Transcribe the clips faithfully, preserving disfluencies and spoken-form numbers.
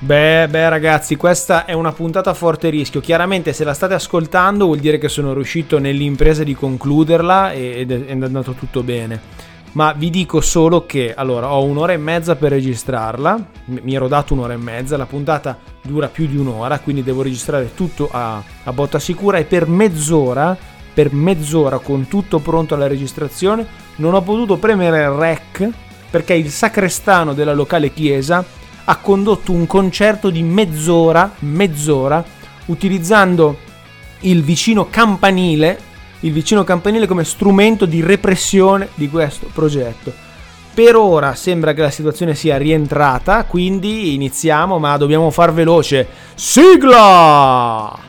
Beh, beh ragazzi, questa è una puntata a forte rischio. Chiaramente se la state ascoltando vuol dire che sono riuscito nell'impresa di concluderla ed è andato tutto bene. Ma vi dico solo che, allora, ho un'ora e mezza per registrarla, mi ero dato un'ora e mezza, la puntata dura più di un'ora, quindi devo registrare tutto a, a botta sicura e per mezz'ora, per mezz'ora con tutto pronto alla registrazione, non ho potuto premere rec perché il sacrestano della locale chiesa ha condotto un concerto di mezz'ora, mezz'ora, utilizzando il vicino campanile, il vicino campanile come strumento di repressione di questo progetto. Per ora sembra che la situazione sia rientrata, quindi iniziamo, ma dobbiamo far veloce. Sigla!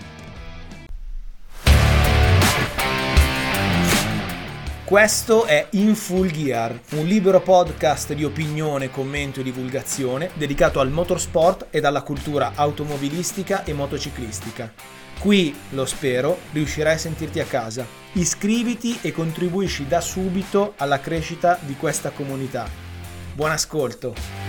Questo è In Full Gear, un libero podcast di opinione, commento e divulgazione dedicato al motorsport ed alla cultura automobilistica e motociclistica. Qui, lo spero, riuscirai a sentirti a casa. Iscriviti e contribuisci da subito alla crescita di questa comunità. Buon ascolto!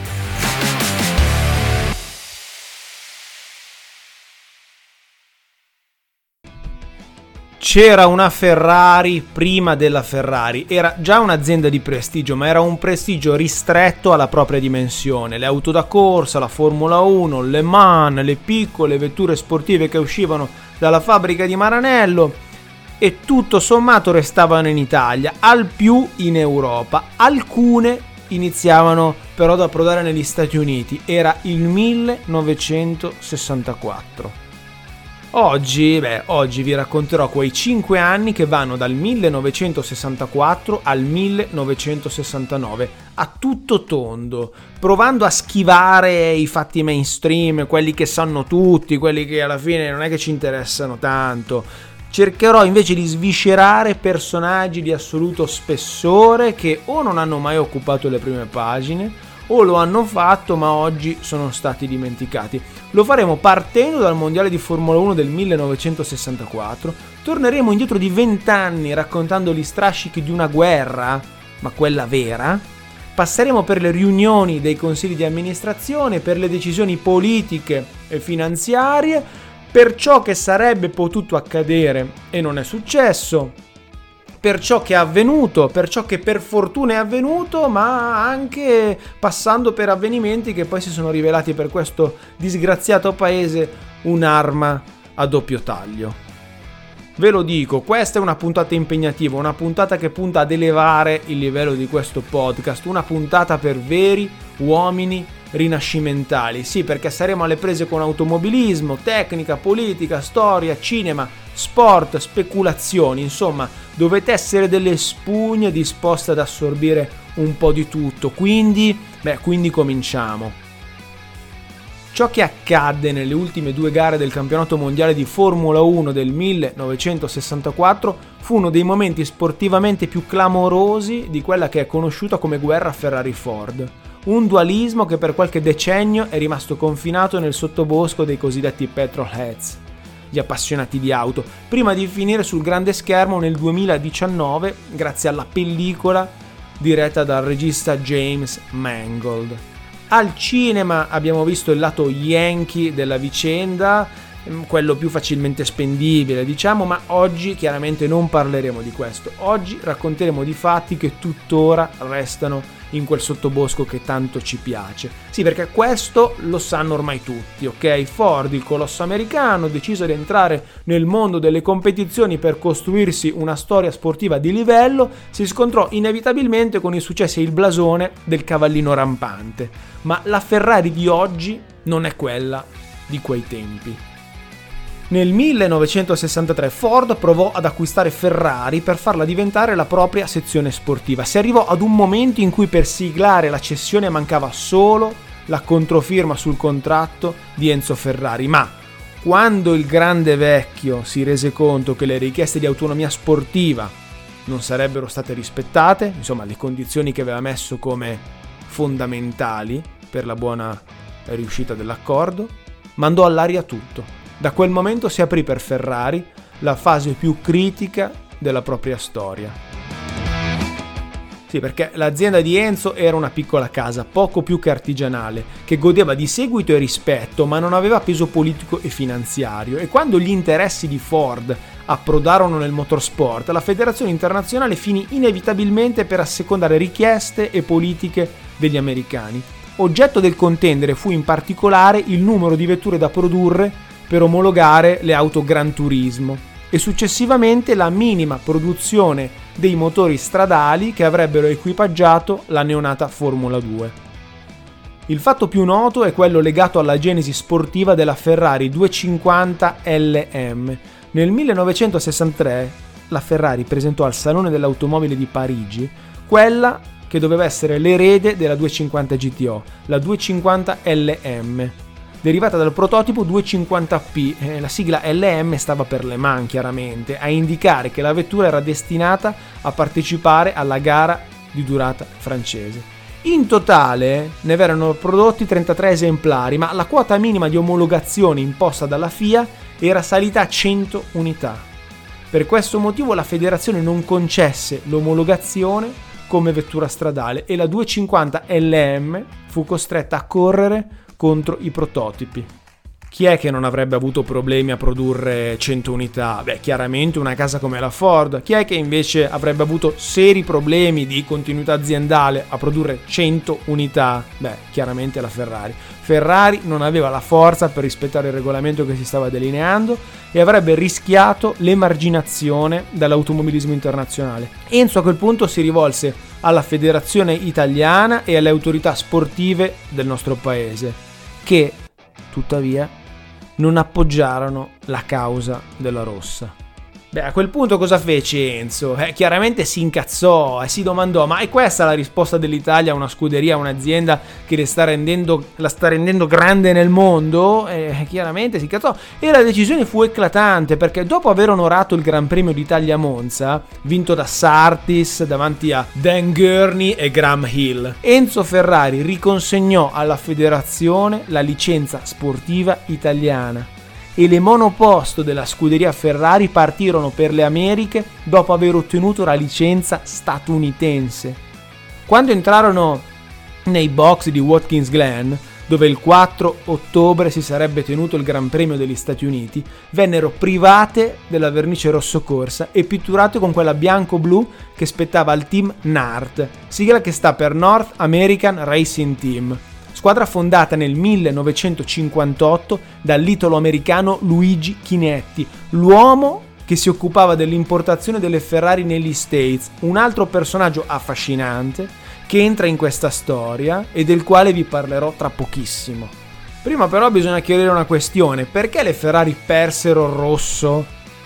C'era una Ferrari prima della Ferrari, era già un'azienda di prestigio, ma era un prestigio ristretto alla propria dimensione. Le auto da corsa, la Formula uno, Le Mans, le piccole vetture sportive che uscivano dalla fabbrica di Maranello e tutto sommato restavano in Italia, al più in Europa. Alcune iniziavano però ad approdare negli Stati Uniti, era il millenovecentosessantaquattro. Oggi, beh, oggi vi racconterò quei cinque anni che vanno dal millenovecentosessantaquattro al millenovecentosessantanove, a tutto tondo, provando a schivare i fatti mainstream, quelli che sanno tutti, quelli che alla fine non è che ci interessano tanto. Cercherò invece di sviscerare personaggi di assoluto spessore che o non hanno mai occupato le prime pagine, o lo hanno fatto ma oggi sono stati dimenticati. Lo faremo partendo dal mondiale di Formula uno del millenovecentosessantaquattro, torneremo indietro di vent'anni raccontando gli strascichi di una guerra, ma quella vera, passeremo per le riunioni dei consigli di amministrazione, per le decisioni politiche e finanziarie, per ciò che sarebbe potuto accadere e non è successo, per ciò che è avvenuto, per ciò che per fortuna è avvenuto, ma anche passando per avvenimenti che poi si sono rivelati per questo disgraziato paese un'arma a doppio taglio. Ve lo dico, questa è una puntata impegnativa, una puntata che punta ad elevare il livello di questo podcast, una puntata per veri uomini rinascimentali. Sì, perché saremo alle prese con automobilismo, tecnica, politica, storia, cinema, sport, speculazioni, insomma, dovete essere delle spugne disposte ad assorbire un po' di tutto. Quindi, beh, quindi cominciamo. Ciò che accadde nelle ultime due gare del campionato mondiale di Formula uno del millenovecentosessantaquattro fu uno dei momenti sportivamente più clamorosi di quella che è conosciuta come guerra Ferrari-Ford. Un dualismo che per qualche decennio è rimasto confinato nel sottobosco dei cosiddetti petrolheads, gli appassionati di auto, prima di finire sul grande schermo nel duemiladiciannove grazie alla pellicola diretta dal regista James Mangold. Al cinema abbiamo visto il lato yankee della vicenda, quello più facilmente spendibile, diciamo, ma oggi chiaramente non parleremo di questo. Oggi racconteremo di fatti che tuttora restano in quel sottobosco che tanto ci piace. Sì, perché questo lo sanno ormai tutti, ok? Ford, il colosso americano, deciso di entrare nel mondo delle competizioni per costruirsi una storia sportiva di livello, si scontrò inevitabilmente con i successi e il blasone del cavallino rampante. Ma la Ferrari di oggi non è quella di quei tempi. Nel millenovecentosessantatré Ford provò ad acquistare Ferrari per farla diventare la propria sezione sportiva. Si arrivò ad un momento in cui per siglare la cessione mancava solo la controfirma sul contratto di Enzo Ferrari, ma quando il grande vecchio si rese conto che le richieste di autonomia sportiva non sarebbero state rispettate, insomma le condizioni che aveva messo come fondamentali per la buona riuscita dell'accordo, mandò all'aria tutto. Da quel momento si aprì per Ferrari la fase più critica della propria storia. Sì, perché l'azienda di Enzo era una piccola casa, poco più che artigianale, che godeva di seguito e rispetto, ma non aveva peso politico e finanziario. E quando gli interessi di Ford approdarono nel motorsport, la federazione internazionale finì inevitabilmente per assecondare richieste e politiche degli americani. Oggetto del contendere fu in particolare il numero di vetture da produrre per omologare le auto Gran Turismo e successivamente la minima produzione dei motori stradali che avrebbero equipaggiato la neonata Formula due. Il fatto più noto è quello legato alla genesi sportiva della Ferrari duecentocinquanta L M. Nel millenovecentosessantatré la Ferrari presentò al Salone dell'Automobile di Parigi quella che doveva essere l'erede della duecentocinquanta G T O, la duecentocinquanta L M, derivata dal prototipo duecentocinquanta P. Eh, la sigla L M stava per Le Mans, chiaramente, a indicare che la vettura era destinata a partecipare alla gara di durata francese. In totale ne verranno prodotti trentatré esemplari, ma la quota minima di omologazione imposta dalla F I A era salita a cento unità. Per questo motivo la federazione non concesse l'omologazione come vettura stradale e la duecentocinquanta L M fu costretta a correre contro i prototipi. Chi è che non avrebbe avuto problemi a produrre cento unità? Beh, chiaramente una casa come la Ford. Chi è che invece avrebbe avuto seri problemi di continuità aziendale a produrre cento unità? Beh, chiaramente la Ferrari. Ferrari non aveva la forza per rispettare il regolamento che si stava delineando e avrebbe rischiato l'emarginazione dall'automobilismo internazionale. Enzo a quel punto si rivolse alla federazione italiana e alle autorità sportive del nostro paese, che tuttavia non appoggiarono la causa della rossa. Beh, a quel punto cosa fece Enzo? Eh, chiaramente si incazzò e si domandò: ma è questa la risposta dell'Italia a una scuderia, a un'azienda che le sta rendendo, la sta rendendo grande nel mondo? Eh, chiaramente si incazzò e la decisione fu eclatante, perché dopo aver onorato il Gran Premio d'Italia a Monza, vinto da Surtees davanti a Dan Gurney e Graham Hill, Enzo Ferrari riconsegnò alla federazione la licenza sportiva italiana e le monoposto della scuderia Ferrari partirono per le Americhe dopo aver ottenuto la licenza statunitense. Quando entrarono nei box di Watkins Glen, dove il quattro ottobre si sarebbe tenuto il Gran Premio degli Stati Uniti, vennero private della vernice rosso corsa e pitturate con quella bianco-blu che spettava al team N A R T, sigla che sta per North American Racing Team, squadra fondata nel millenovecentocinquantotto dall'italo-americano Luigi Chinetti, l'uomo che si occupava dell'importazione delle Ferrari negli States, un altro personaggio affascinante che entra in questa storia e del quale vi parlerò tra pochissimo. Prima però bisogna chiarire una questione: perché le Ferrari persero il rosso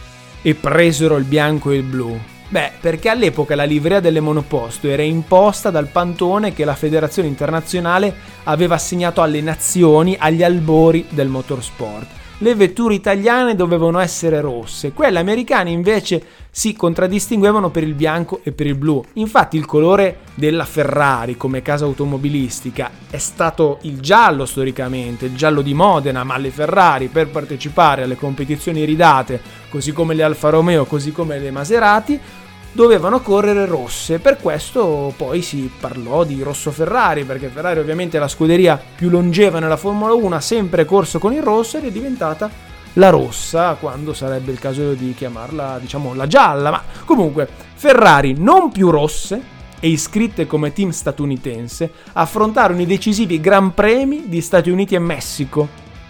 e presero il bianco e il blu? Beh, perché all'epoca la livrea delle monoposto era imposta dal pantone che la Federazione Internazionale aveva assegnato alle nazioni agli albori del motorsport. Le vetture italiane dovevano essere rosse, quelle americane invece si contraddistinguevano per il bianco e per il blu. Infatti il colore della Ferrari come casa automobilistica è stato il giallo storicamente, il giallo di Modena, ma le Ferrari per partecipare alle competizioni iridate, così come le Alfa Romeo, così come le Maserati, dovevano correre rosse. Per questo poi si parlò di rosso Ferrari, perché Ferrari ovviamente è la scuderia più longeva nella Formula uno, ha sempre corso con il rosso ed è diventata la rossa, quando sarebbe il caso di chiamarla, diciamo, la gialla. Ma comunque Ferrari, non più rosse e iscritte come team statunitense, affrontarono i decisivi Gran Premi di Stati Uniti e Messico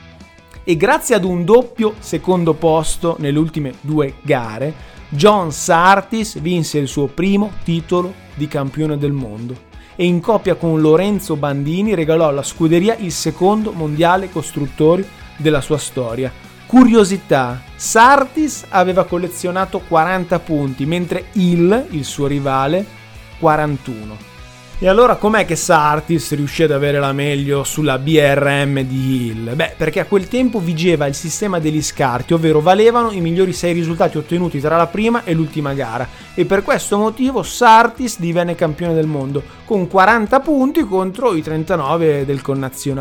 e grazie ad un doppio secondo posto nelle ultime due gare John Surtees vinse il suo primo titolo di campione del mondo e in coppia con Lorenzo Bandini regalò alla scuderia il secondo mondiale costruttori della sua storia. Curiosità: Surtees aveva collezionato quaranta punti, mentre Hill, il suo rivale, quarantuno. E allora com'è che Surtees riuscì ad avere la meglio sulla B R M di Hill? Beh, perché a quel tempo vigeva il sistema degli scarti, ovvero valevano i migliori sei risultati ottenuti tra la prima e l'ultima gara, e per questo motivo Surtees divenne campione del mondo con quaranta punti contro i trentanove del connazionale.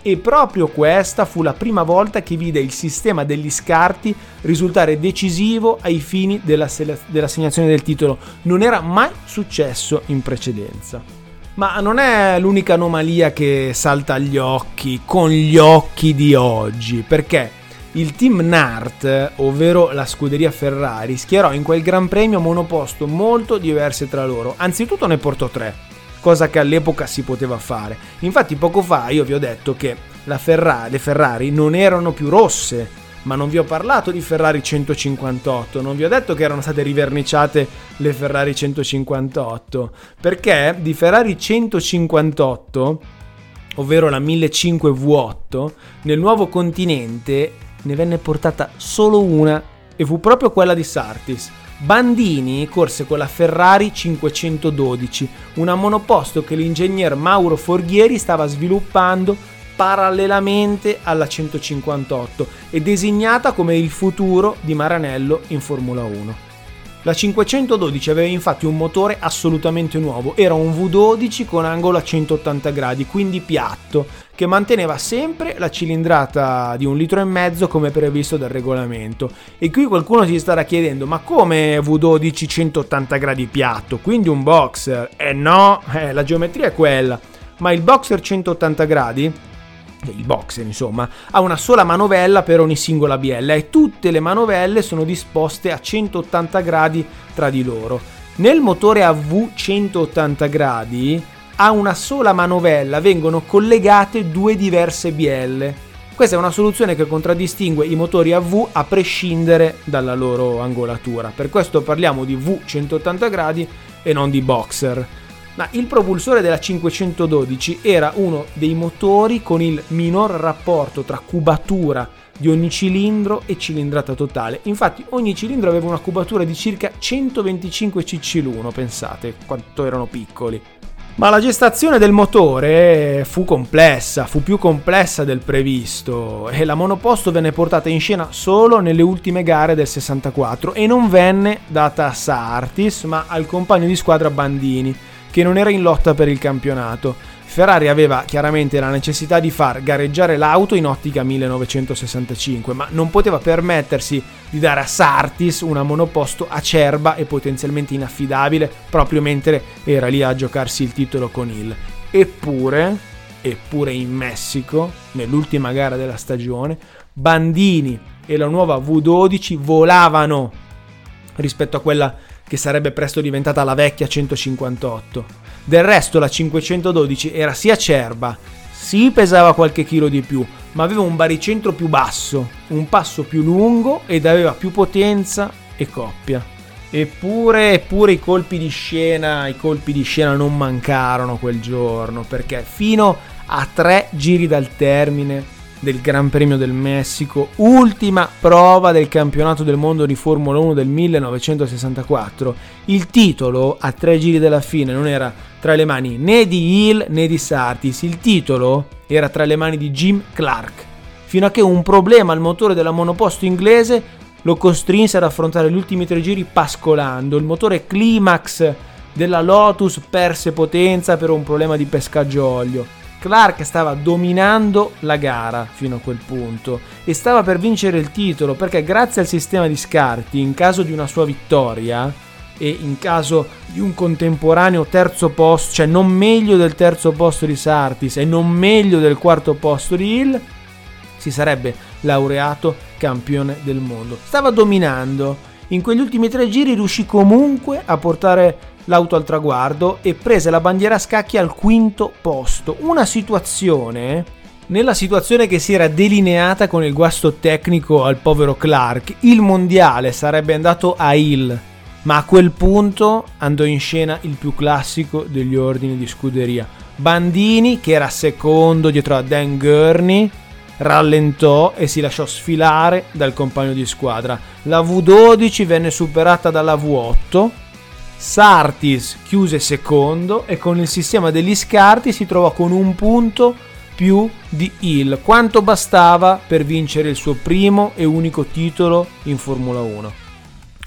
e proprio questa fu la prima volta che vide il sistema degli scarti risultare decisivo ai fini della sele- dell'assegnazione del titolo. Non era mai successo in precedenza. Ma non è l'unica anomalia che salta agli occhi con gli occhi di oggi, perché il team N A R T, ovvero la scuderia Ferrari, schierò in quel Gran Premio monoposto molto diverse tra loro. Anzitutto ne portò tre, cosa che all'epoca si poteva fare. Infatti poco fa io vi ho detto che la Ferrari, le Ferrari non erano più rosse, ma non vi ho parlato di Ferrari centocinquantotto, non vi ho detto che erano state riverniciate le Ferrari centocinquantotto, perché di Ferrari centocinquantotto, ovvero la millecinquecento V otto, nel nuovo continente ne venne portata solo una e fu proprio quella di Surtees. Bandini corse con la Ferrari cinquecentododici, una monoposto che l'ingegner Mauro Forghieri stava sviluppando parallelamente alla centocinquantotto e designata come il futuro di Maranello in Formula uno. La cinquecentododici aveva infatti un motore assolutamente nuovo, era un V dodici con angolo a centottanta gradi, quindi piatto, che manteneva sempre la cilindrata di un litro e mezzo come previsto dal regolamento. E qui qualcuno si starà chiedendo: ma come V dodici centottanta gradi piatto? Quindi un boxer? Eh no, eh, la geometria è quella, ma il boxer centottanta gradi, il boxer insomma, ha una sola manovella per ogni singola biella e tutte le manovelle sono disposte a centottanta gradi tra di loro. Nel motore a V centottanta gradi a una sola manovella vengono collegate due diverse bielle. Questa è una soluzione che contraddistingue i motori a V a prescindere dalla loro angolatura. Per questo parliamo di V centottanta gradi e non di boxer. Ma il propulsore della cinquecentododici era uno dei motori con il minor rapporto tra cubatura di ogni cilindro e cilindrata totale. Infatti ogni cilindro aveva una cubatura di circa centoventicinque cc l'uno, pensate quanto erano piccoli. Ma la gestazione del motore fu complessa, fu più complessa del previsto e la monoposto venne portata in scena solo nelle ultime gare del sessantaquattro e non venne data a Surtees ma al compagno di squadra Bandini, che non era in lotta per il campionato. Ferrari aveva chiaramente la necessità di far gareggiare l'auto in ottica millenovecentosessantacinque, ma non poteva permettersi di dare a Surtees una monoposto acerba e potenzialmente inaffidabile proprio mentre era lì a giocarsi il titolo con Hill. Eppure, eppure in Messico, nell'ultima gara della stagione, Bandini e la nuova V dodici volavano rispetto a quella che sarebbe presto diventata la vecchia centocinquantotto. Del resto la cinquecentododici era sì acerba, sì pesava qualche chilo di più, ma aveva un baricentro più basso, un passo più lungo ed aveva più potenza e coppia. Eppure, eppure i colpi di scena, i colpi di scena non mancarono quel giorno, perché fino a tre giri dal termine del Gran Premio del Messico, ultima prova del campionato del mondo di Formula uno del millenovecentosessantaquattro, il titolo a tre giri dalla fine non era tra le mani né di Hill né di Surtees, il titolo era tra le mani di Jim Clark, fino a che un problema al motore della monoposto inglese lo costrinse ad affrontare gli ultimi tre giri pascolando. Il motore Climax della Lotus perse potenza per un problema di pescaggio olio. Clark stava dominando la gara fino a quel punto e stava per vincere il titolo, perché grazie al sistema di scarti, in caso di una sua vittoria e in caso di un contemporaneo terzo posto, cioè non meglio del terzo posto di Surtees e non meglio del quarto posto di Hill, si sarebbe laureato campione del mondo. Stava dominando. In quegli ultimi tre giri riuscì comunque a portare l'auto al traguardo e prese la bandiera a scacchi al quinto posto. Una situazione, nella situazione che si era delineata con il guasto tecnico al povero Clark, il mondiale sarebbe andato a Hill, ma a quel punto andò in scena il più classico degli ordini di scuderia. Bandini, che era secondo dietro a Dan Gurney, rallentò e si lasciò sfilare dal compagno di squadra. La V dodici venne superata dalla V otto. Surtees chiuse secondo e con il sistema degli scarti si trovò con un punto più di Hill, quanto bastava per vincere il suo primo e unico titolo in Formula uno.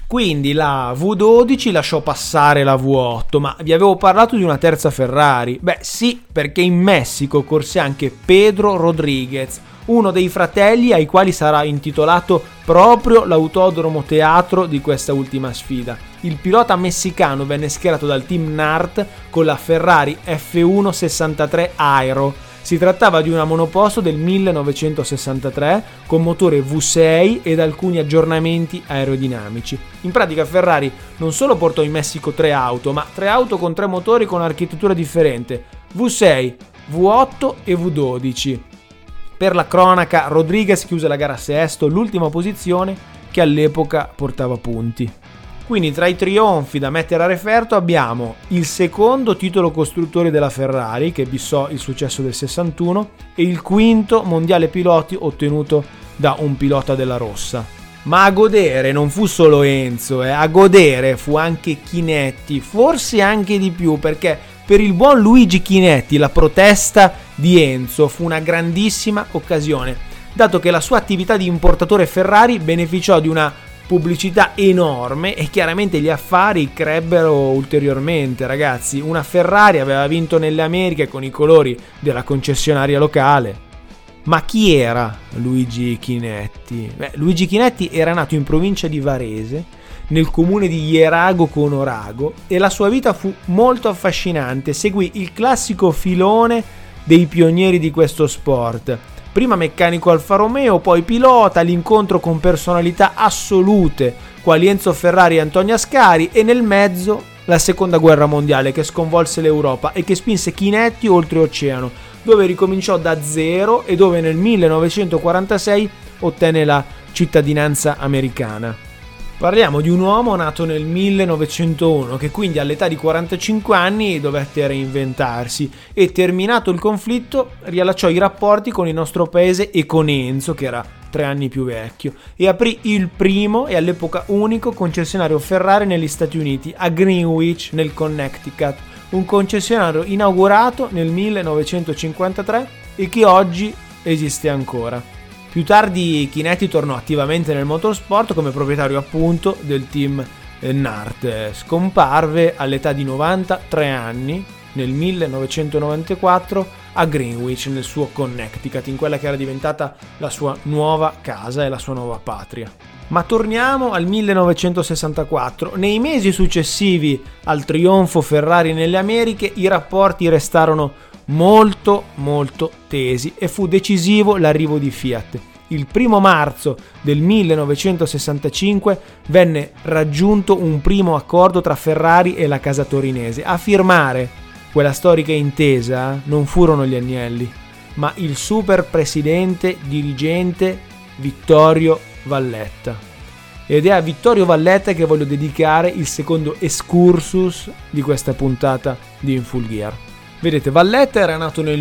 Quindi la V dodici lasciò passare la V otto, ma vi avevo parlato di una terza Ferrari? Beh sì, perché in Messico corse anche Pedro Rodriguez, uno dei fratelli ai quali sarà intitolato proprio l'autodromo teatro di questa ultima sfida. Il pilota messicano venne schierato dal team N A R T con la Ferrari F uno sessantatré Aero. Si trattava di una monoposto del millenovecentosessantatré con motore V sei ed alcuni aggiornamenti aerodinamici. In pratica Ferrari non solo portò in Messico tre auto, ma tre auto con tre motori con architettura differente, V sei, V otto e V dodici. Per la cronaca, Rodriguez chiuse la gara sesto, l'ultima posizione che all'epoca portava punti. Quindi tra i trionfi da mettere a referto abbiamo il secondo titolo costruttori della Ferrari, che bissò il successo del sessantuno, e il quinto mondiale piloti ottenuto da un pilota della Rossa. Ma a godere non fu solo Enzo, eh. a godere fu anche Chinetti, forse anche di più, perché per il buon Luigi Chinetti la protesta di Enzo fu una grandissima occasione, dato che la sua attività di importatore Ferrari beneficiò di una pubblicità enorme e chiaramente gli affari crebbero ulteriormente, ragazzi. Una Ferrari aveva vinto nelle Americhe con i colori della concessionaria locale. Ma chi era Luigi Chinetti? Beh, Luigi Chinetti era nato in provincia di Varese, nel comune di Jerago con Orago, e la sua vita fu molto affascinante. Seguì il classico filone dei pionieri di questo sport. Prima meccanico Alfa Romeo, poi pilota, l'incontro con personalità assolute quali Enzo Ferrari e Antonio Ascari, e nel mezzo la seconda guerra mondiale che sconvolse l'Europa e che spinse Chinetti oltreoceano, dove ricominciò da zero e dove nel millenovecentoquarantasei ottenne la cittadinanza americana. Parliamo di un uomo nato nel millenovecentouno che quindi all'età di quarantacinque anni dovette reinventarsi e, terminato il conflitto, riallacciò i rapporti con il nostro paese e con Enzo, che era tre anni più vecchio, e aprì il primo e all'epoca unico concessionario Ferrari negli Stati Uniti, a Greenwich nel Connecticut, un concessionario inaugurato nel millenovecentocinquantatré e che oggi esiste ancora. Più tardi Chinetti tornò attivamente nel motorsport come proprietario appunto del team N A R T. Scomparve all'età di novantatré anni nel millenovecentonovantaquattro a Greenwich, nel suo Connecticut, in quella che era diventata la sua nuova casa e la sua nuova patria. Ma torniamo al millenovecentosessantaquattro. Nei mesi successivi al trionfo Ferrari nelle Americhe i rapporti restarono molto molto tesi e fu decisivo l'arrivo di Fiat. Il primo marzo del millenovecentosessantacinque venne raggiunto un primo accordo tra Ferrari e la casa torinese. A firmare quella storica intesa non furono gli Agnelli, ma il super presidente dirigente Vittorio Valletta. Ed è a Vittorio Valletta che voglio dedicare il secondo excursus di questa puntata di In Full Gear. Vedete, Valletta era nato nel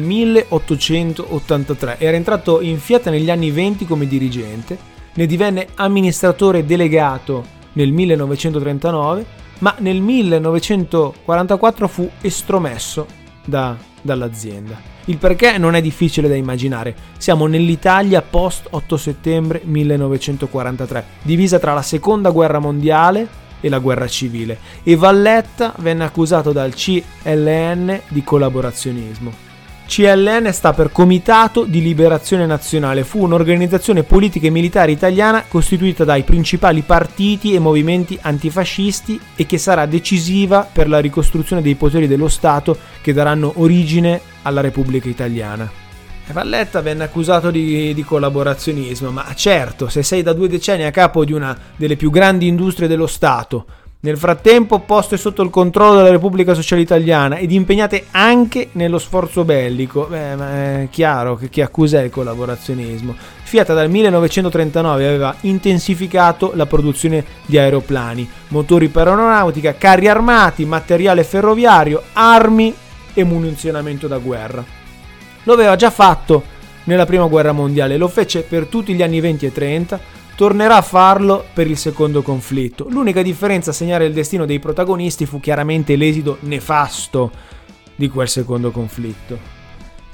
milleottocentottantatré, era entrato in Fiat negli anni venti come dirigente, ne divenne amministratore delegato nel millenovecentotrentanove, ma nel millenovecentoquarantaquattro fu estromesso da, dall'azienda. Il perché non è difficile da immaginare. Siamo nell'Italia post otto settembre millenovecentoquarantatré, divisa tra la seconda guerra mondiale e la guerra civile, e Valletta venne accusato dal C L N di collaborazionismo. C L N sta per Comitato di Liberazione Nazionale, fu un'organizzazione politica e militare italiana costituita dai principali partiti e movimenti antifascisti e che sarà decisiva per la ricostruzione dei poteri dello Stato che daranno origine alla Repubblica Italiana. Valletta venne accusato di, di collaborazionismo, ma certo, se sei da due decenni a capo di una delle più grandi industrie dello Stato, nel frattempo poste sotto il controllo della Repubblica Sociale Italiana ed impegnate anche nello sforzo bellico, beh, ma è chiaro che chi accusa è il collaborazionismo. Fiat dal millenovecentotrentanove aveva intensificato la produzione di aeroplani, motori per aeronautica, carri armati, materiale ferroviario, armi e munizionamento da guerra. Lo aveva già fatto nella prima guerra mondiale, lo fece per tutti gli anni venti e trenta, tornerà a farlo per il secondo conflitto. L'unica differenza a segnare il destino dei protagonisti fu chiaramente l'esito nefasto di quel secondo conflitto.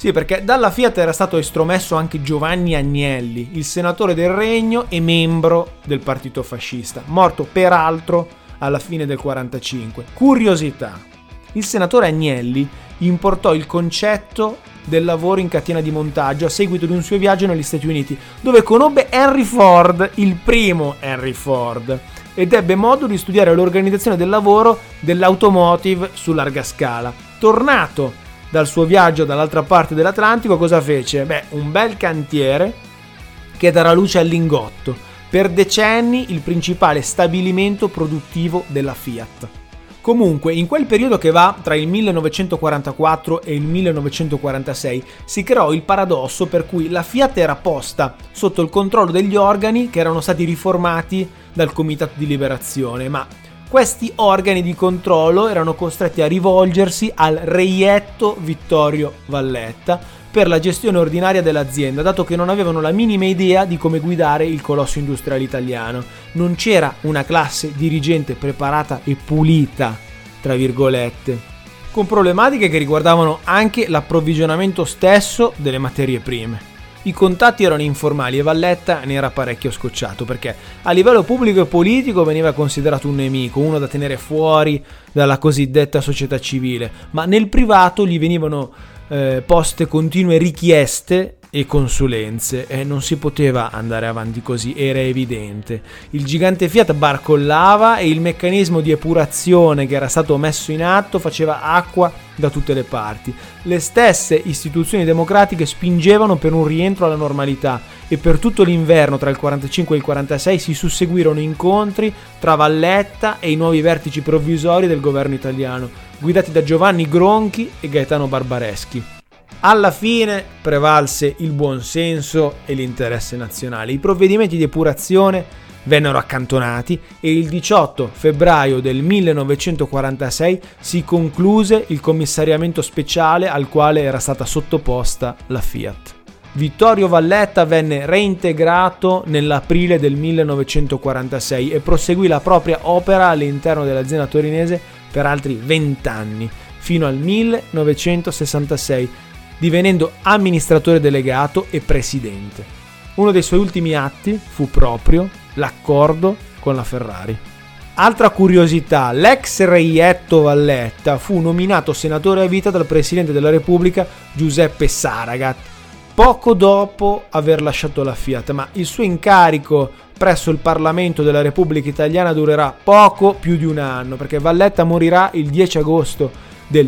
Sì, perché dalla Fiat era stato estromesso anche Giovanni Agnelli, il senatore del Regno e membro del partito fascista, morto peraltro alla fine del quarantacinque. Curiosità: il senatore Agnelli importò il concetto del lavoro in catena di montaggio a seguito di un suo viaggio negli Stati Uniti, dove conobbe Henry Ford, il primo Henry Ford, ed ebbe modo di studiare l'organizzazione del lavoro dell'automotive su larga scala. Tornato dal suo viaggio dall'altra parte dell'Atlantico, cosa fece? Beh, un bel cantiere che darà luce al Lingotto, per decenni il principale stabilimento produttivo della Fiat. Comunque, in quel periodo che va tra il millenovecentoquarantaquattro e il millenovecentoquarantasei si creò il paradosso per cui la Fiat era posta sotto il controllo degli organi che erano stati riformati dal Comitato di Liberazione, ma questi organi di controllo erano costretti a rivolgersi al reietto Vittorio Valletta per la gestione ordinaria dell'azienda, dato che non avevano la minima idea di come guidare il colosso industriale italiano. Non c'era una classe dirigente preparata e pulita, tra virgolette, con problematiche che riguardavano anche l'approvvigionamento stesso delle materie prime. I contatti erano informali e Valletta ne era parecchio scocciato, perché a livello pubblico e politico veniva considerato un nemico, uno da tenere fuori dalla cosiddetta società civile, ma nel privato gli venivano eh, poste continue richieste e consulenze e non si poteva andare avanti così, era evidente. Il gigante Fiat barcollava e il meccanismo di epurazione che era stato messo in atto faceva acqua da tutte le parti. Le stesse istituzioni democratiche spingevano per un rientro alla normalità e per tutto l'inverno tra il quarantacinque e il quarantasei si susseguirono incontri tra Valletta e i nuovi vertici provvisori del governo italiano, guidati da Giovanni Gronchi e Gaetano Barbareschi. Alla fine prevalse il buonsenso e l'interesse nazionale. I provvedimenti di epurazione vennero accantonati e il diciotto febbraio del millenovecentoquarantasei si concluse il commissariamento speciale al quale era stata sottoposta la Fiat. Vittorio Valletta venne reintegrato nell'aprile del millenovecentoquarantasei e proseguì la propria opera all'interno dell'azienda torinese per altri vent'anni, fino al millenovecentosessantasei, divenendo amministratore delegato e presidente. Uno dei suoi ultimi atti fu proprio l'accordo con la Ferrari. Altra curiosità: l'ex reietto Valletta fu nominato senatore a vita dal Presidente della Repubblica Giuseppe Saragat poco dopo aver lasciato la Fiat, ma il suo incarico presso il Parlamento della Repubblica Italiana durerà poco più di un anno, perché Valletta morirà il dieci agosto del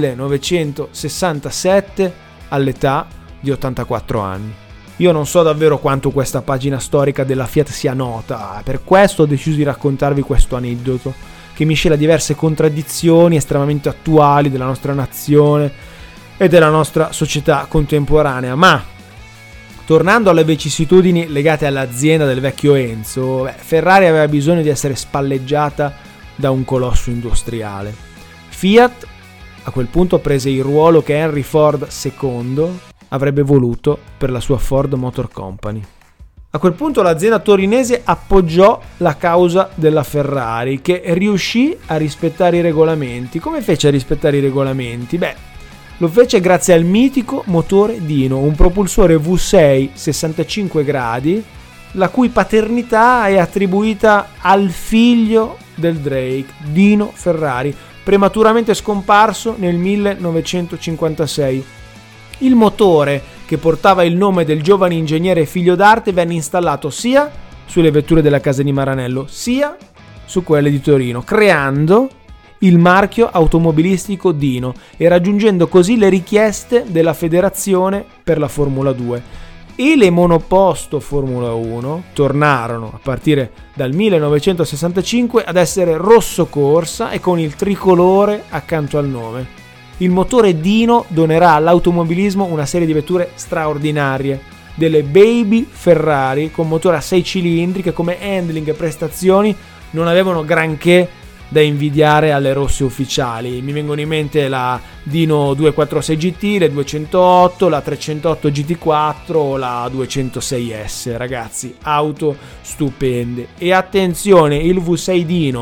millenovecentosessantasette all'età di ottantaquattro anni. Io non so davvero quanto questa pagina storica della Fiat sia nota, per questo ho deciso di raccontarvi questo aneddoto che miscela diverse contraddizioni estremamente attuali della nostra nazione e della nostra società contemporanea. Ma tornando alle vicissitudini legate all'azienda del vecchio Enzo, beh, Ferrari aveva bisogno di essere spalleggiata da un colosso industriale. Fiat a quel punto prese il ruolo che Henry Ford secondo avrebbe voluto per la sua Ford Motor Company. A quel punto l'azienda torinese appoggiò la causa della Ferrari, che riuscì a rispettare i regolamenti. Come fece a rispettare i regolamenti? Beh, lo fece grazie al mitico motore Dino, un propulsore V sei sessantacinque gradi, la cui paternità è attribuita al figlio del Drake, Dino Ferrari, prematuramente scomparso nel millenovecentocinquantasei. Il motore, che portava il nome del giovane ingegnere figlio d'arte, venne installato sia sulle vetture della casa di Maranello sia su quelle di Torino, creando il marchio automobilistico Dino e raggiungendo così le richieste della federazione per la Formula due. E le monoposto Formula uno tornarono a partire dal millenovecentosessantacinque ad essere rosso corsa e con il tricolore accanto al nome. Il motore Dino donerà all'automobilismo una serie di vetture straordinarie, delle baby Ferrari con motore a sei cilindri che come handling e prestazioni non avevano granché da invidiare alle rosse ufficiali. Mi vengono in mente la Dino duecentoquarantasei G T, le duecentootto, la trecentotto G T quattro o la duecentosei S. Ragazzi, auto stupende. E attenzione, il V sei Dino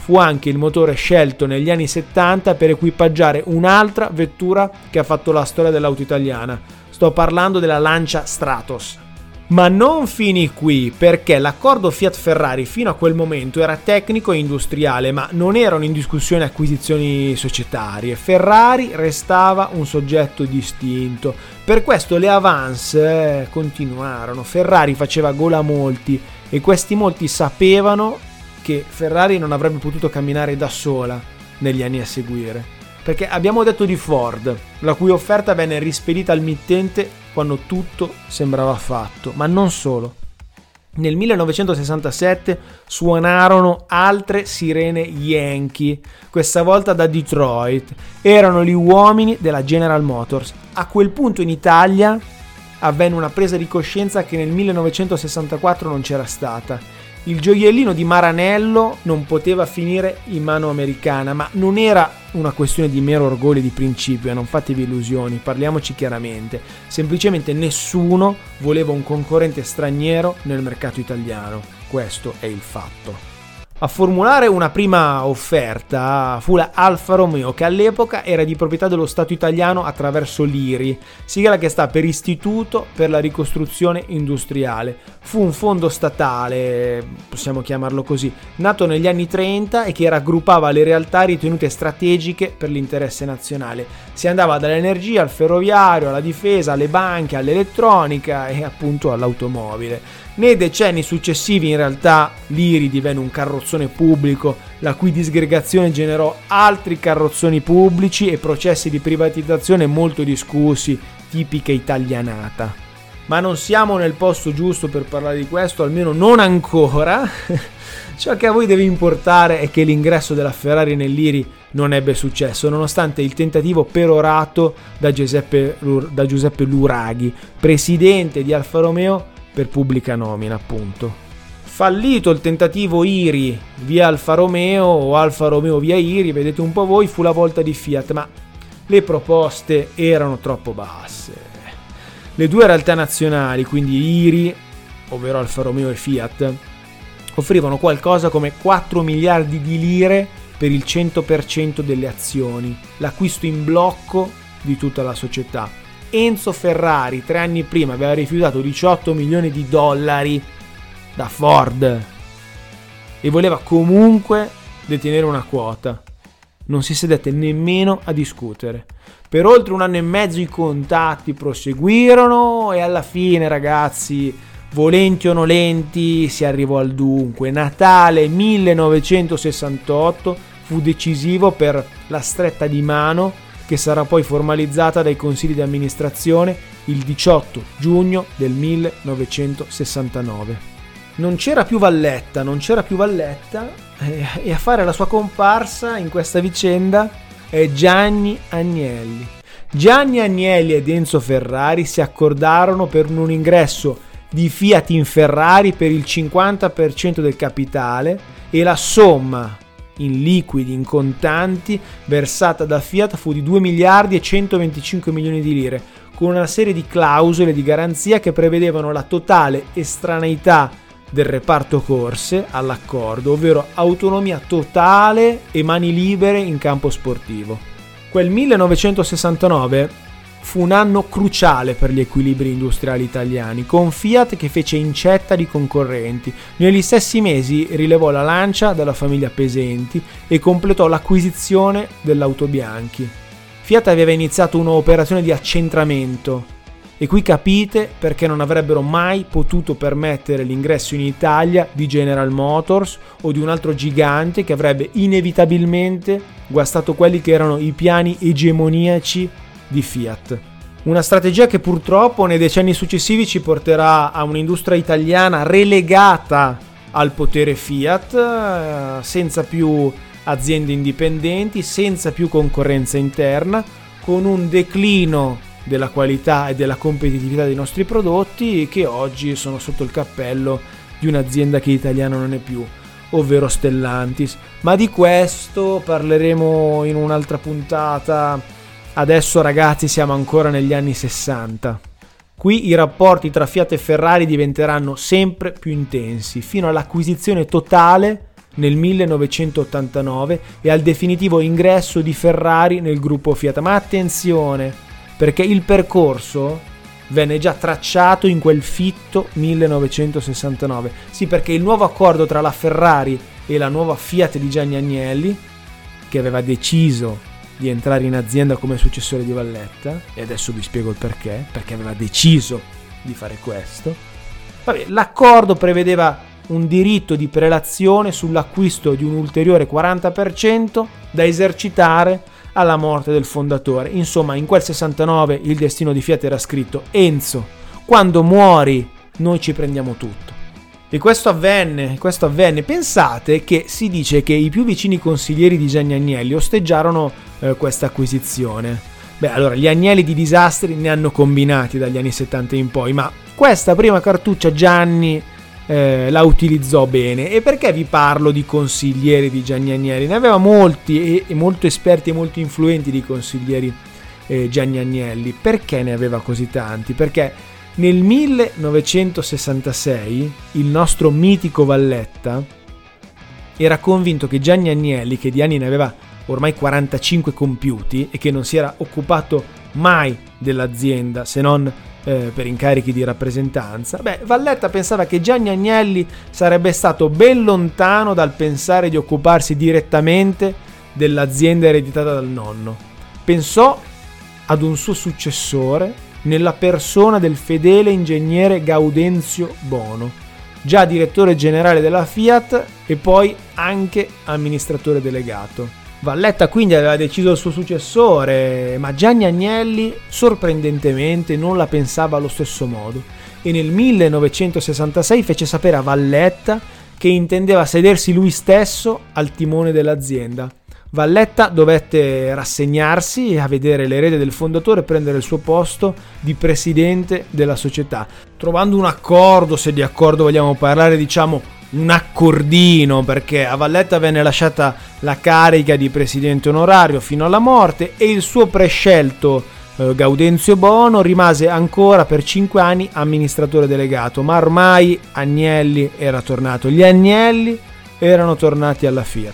fu anche il motore scelto negli anni settanta per equipaggiare un'altra vettura che ha fatto la storia dell'auto italiana. Sto parlando della Lancia Stratos. Ma non finì qui, perché l'accordo Fiat-Ferrari fino a quel momento era tecnico e industriale, ma non erano in discussione acquisizioni societarie. Ferrari restava un soggetto distinto. Per questo le avance eh, continuarono. Ferrari faceva gola a molti e questi molti sapevano che Ferrari non avrebbe potuto camminare da sola negli anni a seguire. Perché abbiamo detto di Ford, la cui offerta venne rispedita al mittente quando tutto sembrava fatto, ma non solo. Nel millenovecentosessantasette suonarono altre sirene Yankee, questa volta da Detroit. Erano gli uomini della General Motors. A quel punto in Italia avvenne una presa di coscienza che nel millenovecentosessantaquattro non c'era stata. Il gioiellino di Maranello non poteva finire in mano americana, ma non era una questione di mero orgoglio di principio, non fatevi illusioni, parliamoci chiaramente. Semplicemente nessuno voleva un concorrente straniero nel mercato italiano. Questo è il fatto. A formulare una prima offerta fu la Alfa Romeo, che all'epoca era di proprietà dello Stato italiano attraverso l'I R I, sigla che sta per Istituto per la Ricostruzione Industriale. Fu un fondo statale, possiamo chiamarlo così, nato negli anni trenta e che raggruppava le realtà ritenute strategiche per l'interesse nazionale. Si andava dall'energia al ferroviario, alla difesa, alle banche, all'elettronica e appunto all'automobile. Nei decenni successivi in realtà l'I R I divenne un carrozzone pubblico, la cui disgregazione generò altri carrozzoni pubblici e processi di privatizzazione molto discussi, tipica italianata. Ma non siamo nel posto giusto per parlare di questo, almeno non ancora. Ciò che a voi deve importare è che l'ingresso della Ferrari nell'I R I non ebbe successo, nonostante il tentativo perorato da Giuseppe, da Giuseppe Luraghi, presidente di Alfa Romeo, per pubblica nomina, appunto. Fallito il tentativo I R I via Alfa Romeo o Alfa Romeo via I R I, vedete un po' voi, fu la volta di Fiat, ma le proposte erano troppo basse. Le due realtà nazionali, quindi I R I, ovvero Alfa Romeo e Fiat, offrivano qualcosa come quattro miliardi di lire per il cento per cento delle azioni, l'acquisto in blocco di tutta la società. Enzo Ferrari tre anni prima aveva rifiutato diciotto milioni di dollari da Ford e voleva comunque detenere una quota. Non si sedette nemmeno a discutere. Per oltre un anno e mezzo i contatti proseguirono e alla fine, ragazzi, volenti o nolenti, si arrivò al dunque. Natale millenovecentosessantotto fu decisivo per la stretta di mano che sarà poi formalizzata dai consigli di amministrazione il diciotto giugno del millenovecentosessantanove. Non c'era più Valletta, non c'era più Valletta eh, e a fare la sua comparsa in questa vicenda è Gianni Agnelli. Gianni Agnelli ed Enzo Ferrari si accordarono per un ingresso di Fiat in Ferrari per il cinquanta per cento del capitale e la somma in liquidi, in contanti, versata da Fiat fu di due miliardi e centoventicinque milioni di lire, con una serie di clausole di garanzia che prevedevano la totale estraneità del reparto corse all'accordo, ovvero autonomia totale e mani libere in campo sportivo. Quel millenovecentosessantanove fu un anno cruciale per gli equilibri industriali italiani, con Fiat che fece incetta di concorrenti. Negli stessi mesi rilevò la Lancia dalla famiglia Pesenti e completò l'acquisizione dell'Auto Bianchi. Fiat aveva iniziato un'operazione di accentramento e qui capite perché non avrebbero mai potuto permettere l'ingresso in Italia di General Motors o di un altro gigante che avrebbe inevitabilmente guastato quelli che erano i piani egemoniaci di Fiat. Una strategia che purtroppo nei decenni successivi ci porterà a un'industria italiana relegata al potere Fiat, senza più aziende indipendenti, senza più concorrenza interna, con un declino della qualità e della competitività dei nostri prodotti che oggi sono sotto il cappello di un'azienda che italiana non è più, ovvero Stellantis. Ma di questo parleremo in un'altra puntata. Adesso, ragazzi, siamo ancora negli anni sessanta. Qui i rapporti tra Fiat e Ferrari diventeranno sempre più intensi, fino all'acquisizione totale nel millenovecentottantanove e al definitivo ingresso di Ferrari nel gruppo Fiat. Ma attenzione, perché il percorso venne già tracciato in quel fitto millenovecentosessantanove. Sì, perché il nuovo accordo tra la Ferrari e la nuova Fiat di Gianni Agnelli, che aveva deciso di entrare in azienda come successore di Valletta, e adesso vi spiego il perché, perché aveva deciso di fare questo. Vabbè, l'accordo prevedeva un diritto di prelazione sull'acquisto di un ulteriore quaranta per cento da esercitare alla morte del fondatore. Insomma, in quel sessantanove il destino di Fiat era scritto: Enzo, quando muori noi ci prendiamo tutto. E questo avvenne, questo avvenne. Pensate che si dice che i più vicini consiglieri di Gianni Agnelli osteggiarono eh, questa acquisizione. Beh, allora, gli Agnelli di disastri ne hanno combinati dagli anni settanta in poi, ma questa prima cartuccia Gianni eh, la utilizzò bene. E perché vi parlo di consiglieri di Gianni Agnelli? Ne aveva molti e, e molto esperti e molto influenti di consiglieri eh, Gianni Agnelli. Perché ne aveva così tanti? Perché nel millenovecentosessantasei il nostro mitico Valletta era convinto che Gianni Agnelli, che di anni ne aveva ormai quarantacinque compiuti e che non si era occupato mai dell'azienda se non eh, per incarichi di rappresentanza, beh, Valletta pensava che Gianni Agnelli sarebbe stato ben lontano dal pensare di occuparsi direttamente dell'azienda ereditata dal nonno. Pensò ad un suo successore nella persona del fedele ingegnere Gaudenzio Bono, già direttore generale della Fiat e poi anche amministratore delegato. Valletta quindi aveva deciso il suo successore, ma Gianni Agnelli sorprendentemente non la pensava allo stesso modo e nel millenovecentosessantasei fece sapere a Valletta che intendeva sedersi lui stesso al timone dell'azienda. Valletta dovette rassegnarsi a vedere l'erede del fondatore prendere il suo posto di presidente della società, trovando un accordo, se di accordo vogliamo parlare, diciamo un accordino, perché a Valletta venne lasciata la carica di presidente onorario fino alla morte e il suo prescelto eh, Gaudenzio Bono rimase ancora per cinque anni amministratore delegato, ma ormai Agnelli era tornato, gli Agnelli erano tornati alla Fiat.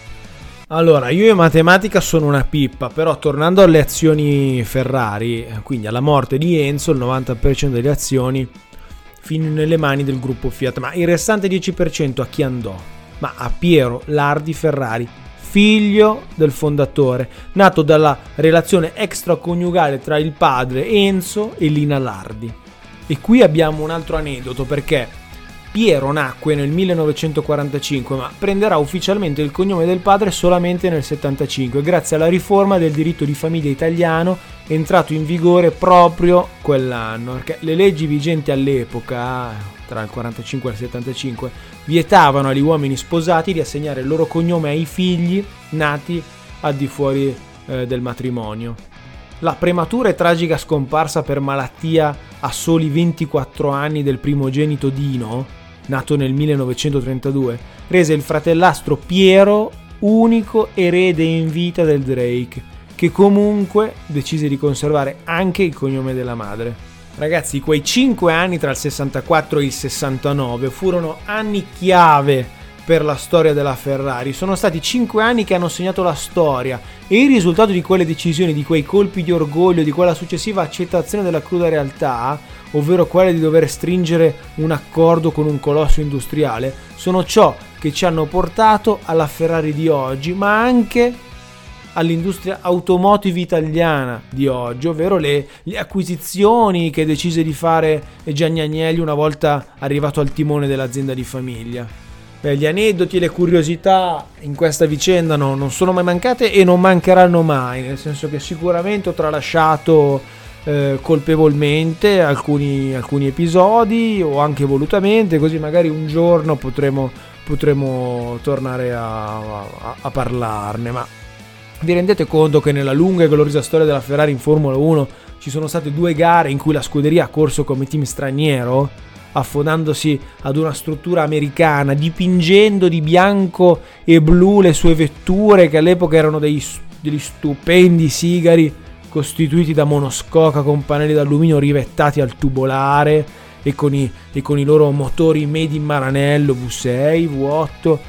Allora, io in matematica sono una pippa, però tornando alle azioni Ferrari, quindi alla morte di Enzo, il novanta per cento delle azioni fino nelle mani del gruppo Fiat, ma il restante dieci per cento a chi andò? Ma a Piero Lardi Ferrari, figlio del fondatore, nato dalla relazione extraconiugale tra il padre Enzo e Lina Lardi. E qui abbiamo un altro aneddoto, perché Piero nacque nel millenovecentoquarantacinque, ma prenderà ufficialmente il cognome del padre solamente nel settantacinque, grazie alla riforma del diritto di famiglia italiano entrato in vigore proprio quell'anno, perché le leggi vigenti all'epoca, tra il quarantacinque e il settantacinque, vietavano agli uomini sposati di assegnare il loro cognome ai figli nati al di fuori eh, del matrimonio. La prematura e tragica scomparsa per malattia a soli ventiquattro anni del primogenito Dino, nato nel millenovecentotrentadue, rese il fratellastro Piero unico erede in vita del Drake, che comunque decise di conservare anche il cognome della madre. Ragazzi, quei cinque anni tra il sessantaquattro e il sessantanove furono anni chiave per la storia della Ferrari. Sono stati cinque anni che hanno segnato la storia e il risultato di quelle decisioni, di quei colpi di orgoglio, di quella successiva accettazione della cruda realtà, ovvero quella di dover stringere un accordo con un colosso industriale, sono ciò che ci hanno portato alla Ferrari di oggi, ma anche all'industria automotive italiana di oggi, ovvero le, le acquisizioni che decise di fare Gianni Agnelli una volta arrivato al timone dell'azienda di famiglia. Beh, gli aneddoti e le curiosità in questa vicenda no, non sono mai mancate e non mancheranno mai, nel senso che sicuramente ho tralasciato eh, colpevolmente alcuni, alcuni episodi o anche volutamente, così magari un giorno potremo, potremo tornare a, a, a parlarne, ma vi rendete conto che nella lunga e gloriosa storia della Ferrari in Formula uno ci sono state due gare in cui la scuderia ha corso come team straniero, affondandosi ad una struttura americana, dipingendo di bianco e blu le sue vetture che all'epoca erano dei, degli stupendi sigari costituiti da monoscoca con pannelli d'alluminio rivettati al tubolare e con i, e con i loro motori made in Maranello V sei, V otto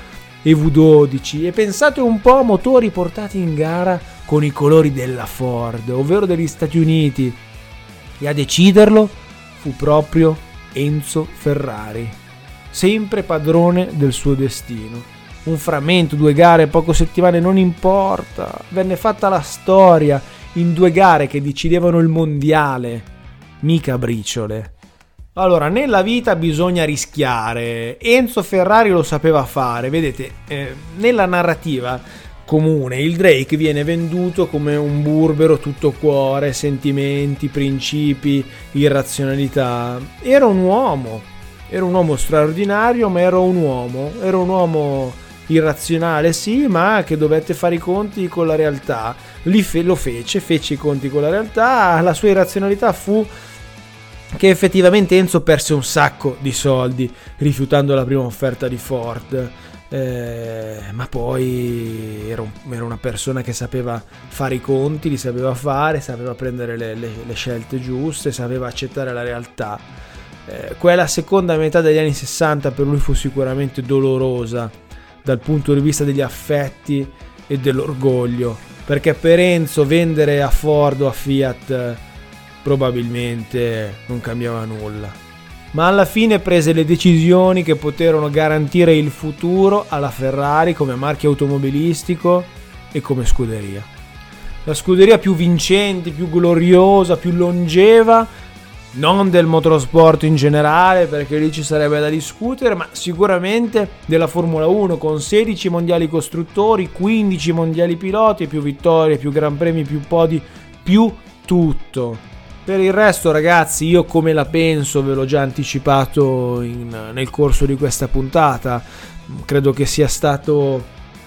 e V dodici, e pensate un po' a motori portati in gara con i colori della Ford, ovvero degli Stati Uniti, e a deciderlo fu proprio Enzo Ferrari, sempre padrone del suo destino. Un frammento, due gare, poche settimane, non importa, venne fatta la storia in due gare che decidevano il mondiale, mica briciole. Allora, nella vita bisogna rischiare. Enzo Ferrari lo sapeva fare. Vedete, eh, nella narrativa comune il Drake viene venduto come un burbero tutto cuore, sentimenti, principi, irrazionalità. Era un uomo, era un uomo straordinario, ma era un uomo, era un uomo irrazionale, sì, ma che dovette fare i conti con la realtà. Li fe- lo fece, fece i conti con la realtà. La sua irrazionalità fu che effettivamente Enzo perse un sacco di soldi rifiutando la prima offerta di Ford, eh, ma poi era, un, era una persona che sapeva fare i conti, li sapeva fare, sapeva prendere le, le, le scelte giuste, sapeva accettare la realtà. Eh, quella seconda metà degli anni sessanta per lui fu sicuramente dolorosa dal punto di vista degli affetti e dell'orgoglio, perché per Enzo vendere a Ford o a Fiat probabilmente non cambiava nulla, ma alla fine prese le decisioni che poterono garantire il futuro alla Ferrari come marchio automobilistico e come scuderia. La scuderia più vincente, più gloriosa, più longeva, non del motorsport in generale, perché lì ci sarebbe da discutere, ma sicuramente della Formula uno, con sedici mondiali costruttori, quindici mondiali piloti, più vittorie, più gran premi, più podi, più tutto. Per il resto, ragazzi, io come la penso ve l'ho già anticipato in, nel corso di questa puntata. Credo che sia stato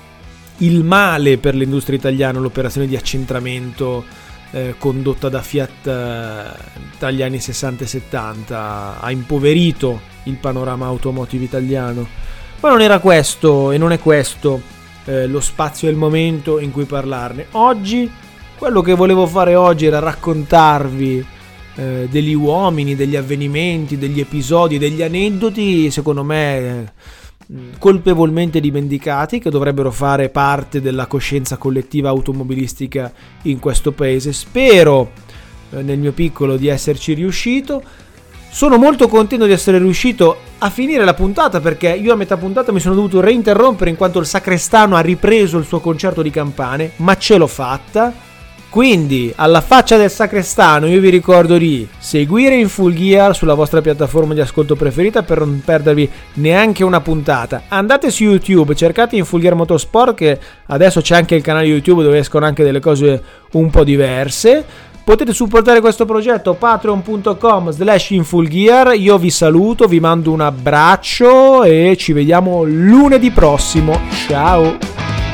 il male per l'industria italiana l'operazione di accentramento Eh, condotta da Fiat eh, tra gli anni sessanta e settanta. Ha impoverito il panorama automotive italiano, ma non era questo e non è questo eh, lo spazio e il momento in cui parlarne. Oggi quello che volevo fare oggi era raccontarvi eh, degli uomini, degli avvenimenti, degli episodi, degli aneddoti secondo me eh, colpevolmente dimenticati, che dovrebbero fare parte della coscienza collettiva automobilistica in questo paese. Spero eh, nel mio piccolo di esserci riuscito. Sono molto contento di essere riuscito a finire la puntata, perché io a metà puntata mi sono dovuto reinterrompere in quanto il sacrestano ha ripreso il suo concerto di campane, ma ce l'ho fatta. Quindi, alla faccia del sacrestano, io vi ricordo di seguire In Full Gear sulla vostra piattaforma di ascolto preferita per non perdervi neanche una puntata. Andate su YouTube, cercate In Full Gear Motorsport, che adesso c'è anche il canale YouTube dove escono anche delle cose un po' diverse. Potete supportare questo progetto patreon punto com slash infullgear. Io vi saluto, vi mando un abbraccio e ci vediamo lunedì prossimo. Ciao!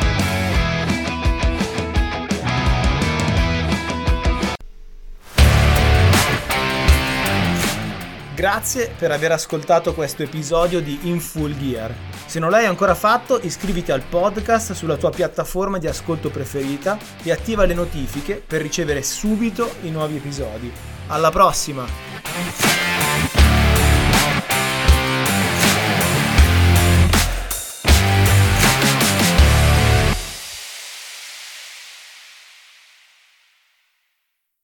Grazie per aver ascoltato questo episodio di In Full Gear. Se non l'hai ancora fatto, iscriviti al podcast sulla tua piattaforma di ascolto preferita e attiva le notifiche per ricevere subito i nuovi episodi. Alla prossima!